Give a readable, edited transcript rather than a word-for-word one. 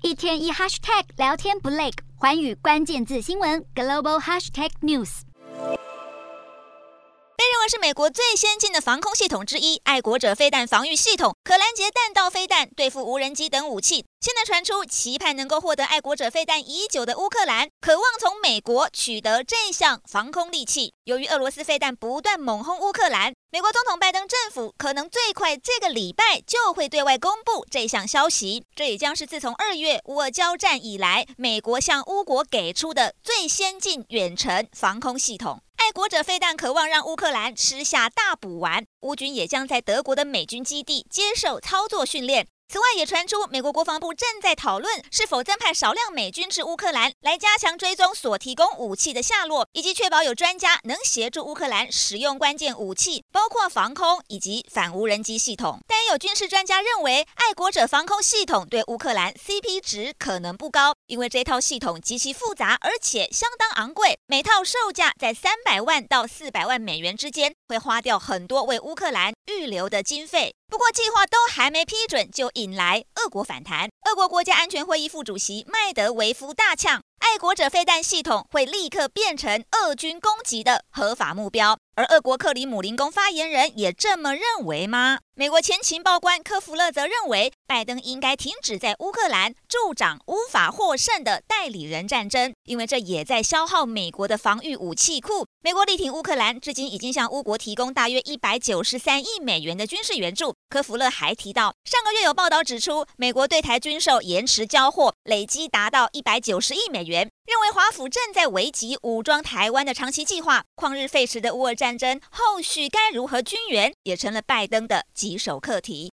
一天一 hashtag 聊天不累，寰宇关键字新闻 global hashtag news。 被认为是美国最先进的防空系统之一，爱国者飞弹防御系统可拦截弹道飞弹，对付无人机等武器。现在传出，期盼能够获得爱国者飞弹已久的乌克兰，渴望从美国取得这项防空利器。由于俄罗斯飞弹不断猛轰乌克兰，美国总统拜登政府可能最快这个礼拜就会对外公布这项消息。这也将是自从2月乌俄交战以来，美国向乌国给出的最先进远程防空系统。爱国者飞弹渴望让乌克兰吃下大补丸，乌军也将在德国的美军基地接受操作训练。此外，也传出美国国防部正在讨论是否增派少量美军至乌克兰，来加强追踪所提供武器的下落，以及确保有专家能协助乌克兰使用关键武器，包括防空以及反无人机系统。但也有军事专家认为，爱国者防空系统对乌克兰 CP 值可能不高，因为这套系统极其复杂，而且相当昂贵，每套售价在300万到400万美元之间，会花掉很多为乌克兰预留的经费。不过计划都还没批准，就引来俄国反弹。俄国国家安全会议副主席麦德维夫大呛，爱国者飞弹系统会立刻变成俄军攻击的合法目标。而俄国克里姆林宫发言人也这么认为吗？美国前情报官科弗勒则认为，拜登应该停止在乌克兰助长无法获胜的代理人战争，因为这也在消耗美国的防御武器库。美国力挺乌克兰，至今已经向乌国提供大约193亿美元的军事援助。科弗勒还提到，上个月有报道指出，美国对台军售延迟交货，累积达到190亿美元，认为华府正在危及武装台湾的长期计划。旷日费时的乌俄战争后续该如何军援，也成了拜登的棘手课题。